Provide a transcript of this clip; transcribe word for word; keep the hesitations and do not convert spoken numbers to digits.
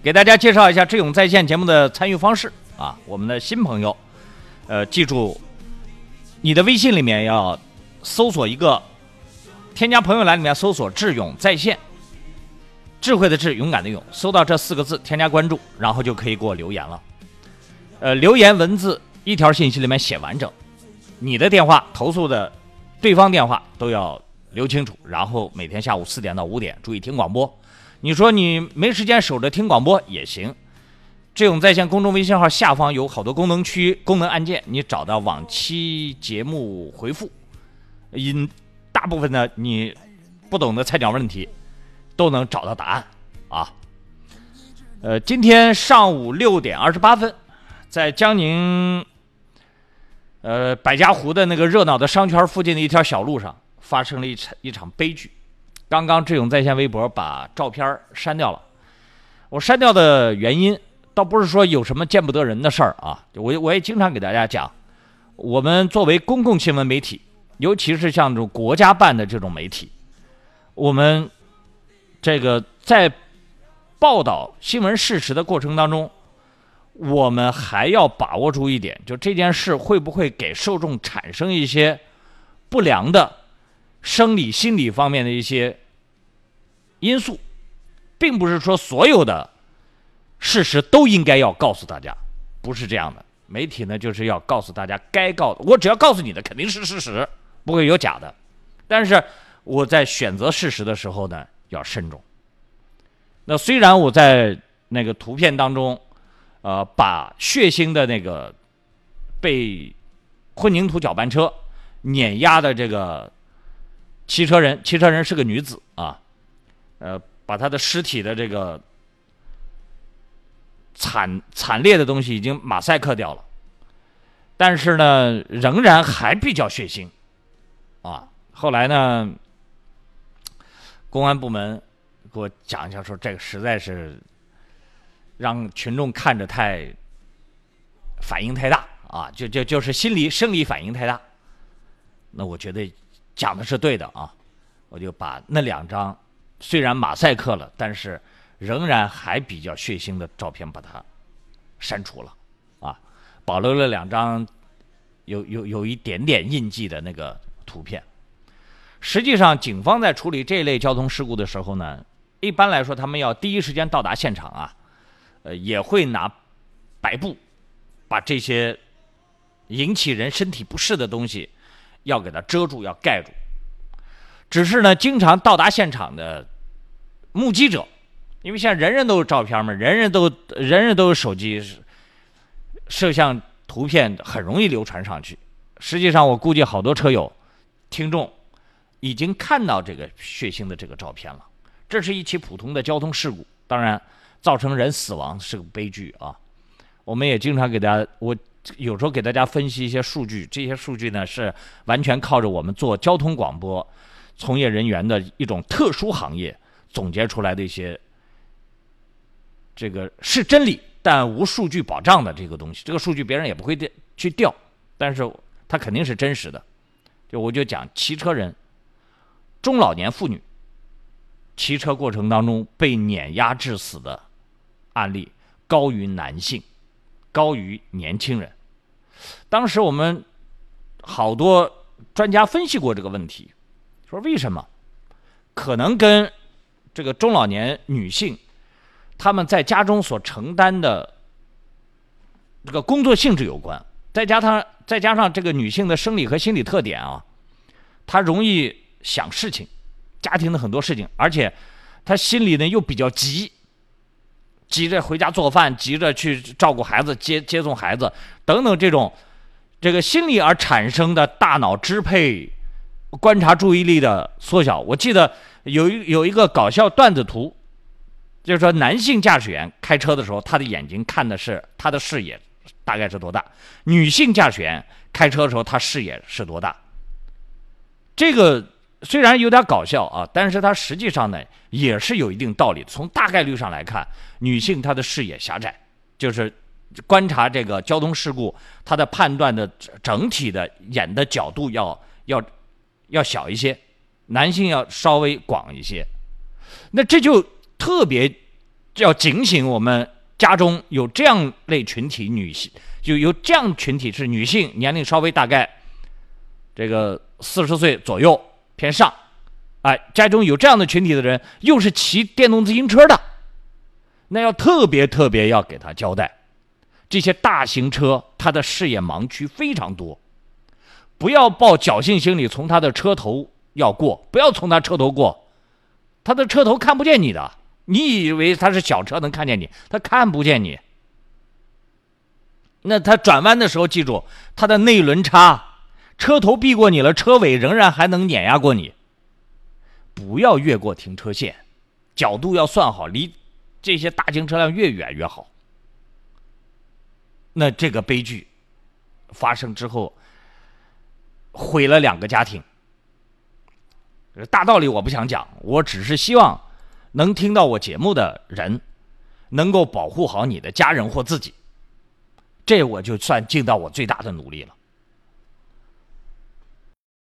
给大家介绍一下智勇在线节目的参与方式啊，我们的新朋友，呃，记住，你的微信里面要搜索一个，添加朋友栏里面搜索智勇在线，智慧的智，勇敢的勇，搜到这四个字，添加关注，然后就可以给我留言了。呃，留言文字一条信息里面写完整，你的电话、投诉的对方电话都要留清楚，然后每天下午四点到五点注意听广播。你说你没时间守着听广播也行，智勇在线公众微信号下方有好多功能区、功能按键，你找到往期节目回复，因大部分的你不懂的菜鸟问题都能找到答案啊。呃，今天上午六点二十八分，在江宁呃百家湖的那个热闹的商圈附近的一条小路上，发生了一场一场悲剧。刚刚智勇在线微博把照片删掉了，我删掉的原因倒不是说有什么见不得人的事儿啊，我我也经常给大家讲，我们作为公共新闻媒体，尤其是像这种国家办的这种媒体，我们这个在报道新闻事实的过程当中，我们还要把握住一点，就这件事会不会给受众产生一些不良的生理心理方面的一些因素，并不是说所有的事实都应该要告诉大家，不是这样的。媒体呢，就是要告诉大家该告的，我只要告诉你的肯定是事实，不会有假的。但是我在选择事实的时候呢，要慎重。那虽然我在那个图片当中，呃，把血腥的那个被混凝土搅拌车碾压的这个汽车人，汽车人是个女子啊，呃，把她的尸体的这个惨惨烈的东西已经马赛克掉了，但是呢，仍然还比较血腥啊。后来呢，公安部门给我讲一下，说这个实在是让群众看着太反应太大啊，就就就是心理生理反应太大。那我觉得讲的是对的啊，我就把那两张虽然马赛克了，但是仍然还比较血腥的照片把它删除了啊，保留了两张有有有一点点印记的那个图片。实际上，警方在处理这类交通事故的时候呢，一般来说他们要第一时间到达现场啊，呃，也会拿白布把这些引起人身体不适的东西要给它遮住，要盖住。只是呢，经常到达现场的目击者，因为现在人人都有照片嘛，人人都人人都有手机，摄像图片很容易流传上去。实际上，我估计好多车友、听众已经看到这个血腥的这个照片了。这是一起普通的交通事故，当然造成人死亡是个悲剧啊。我们也经常给大家，我有时候给大家分析一些数据，这些数据呢是完全靠着我们做交通广播从业人员的一种特殊行业总结出来的一些，这个是真理但无数据保障的这个东西。这个数据别人也不会去调，但是它肯定是真实的。就我就讲骑车人、中老年妇女骑车过程当中被碾压致死的案例高于男性，高于年轻人。当时我们好多专家分析过这个问题，说为什么？可能跟这个中老年女性她们在家中所承担的这个工作性质有关，再加上再加上这个女性的生理和心理特点啊，她容易想事情，家庭的很多事情，而且她心里呢又比较急，急着回家做饭，急着去照顾孩子、接接送孩子等等，这种这个心理而产生的大脑支配、观察注意力的缩小。我记得有一有一个搞笑段子图，就是说男性驾驶员开车的时候，他的眼睛看的是他的视野大概是多大；女性驾驶员开车的时候，他视野是多大。这个虽然有点搞笑啊，但是它实际上呢也是有一定道理。从大概率上来看，女性她的视野狭窄，就是观察这个交通事故，她的判断的整体的眼的角度要要要小一些，男性要稍微广一些。那这就特别要警醒我们家中有这样类群体女性，就有这样群体是女性，年龄稍微大概这个四十岁左右偏上，哎，家中有这样的群体的人，又是骑电动自行车的，那要特别特别要给他交代，这些大型车它的视野盲区非常多，不要抱侥幸心理，从他的车头要过，不要从他车头过，他的车头看不见你的，你以为他是小车能看见你，他看不见你。那他转弯的时候，记住他的内轮差，车头避过你了，车尾仍然还能碾压过你。不要越过停车线，角度要算好，离这些大型车辆越远越好。那这个悲剧发生之后，毁了两个家庭。大道理我不想讲，我只是希望能听到我节目的人能够保护好你的家人或自己，这我就算尽到我最大的努力了。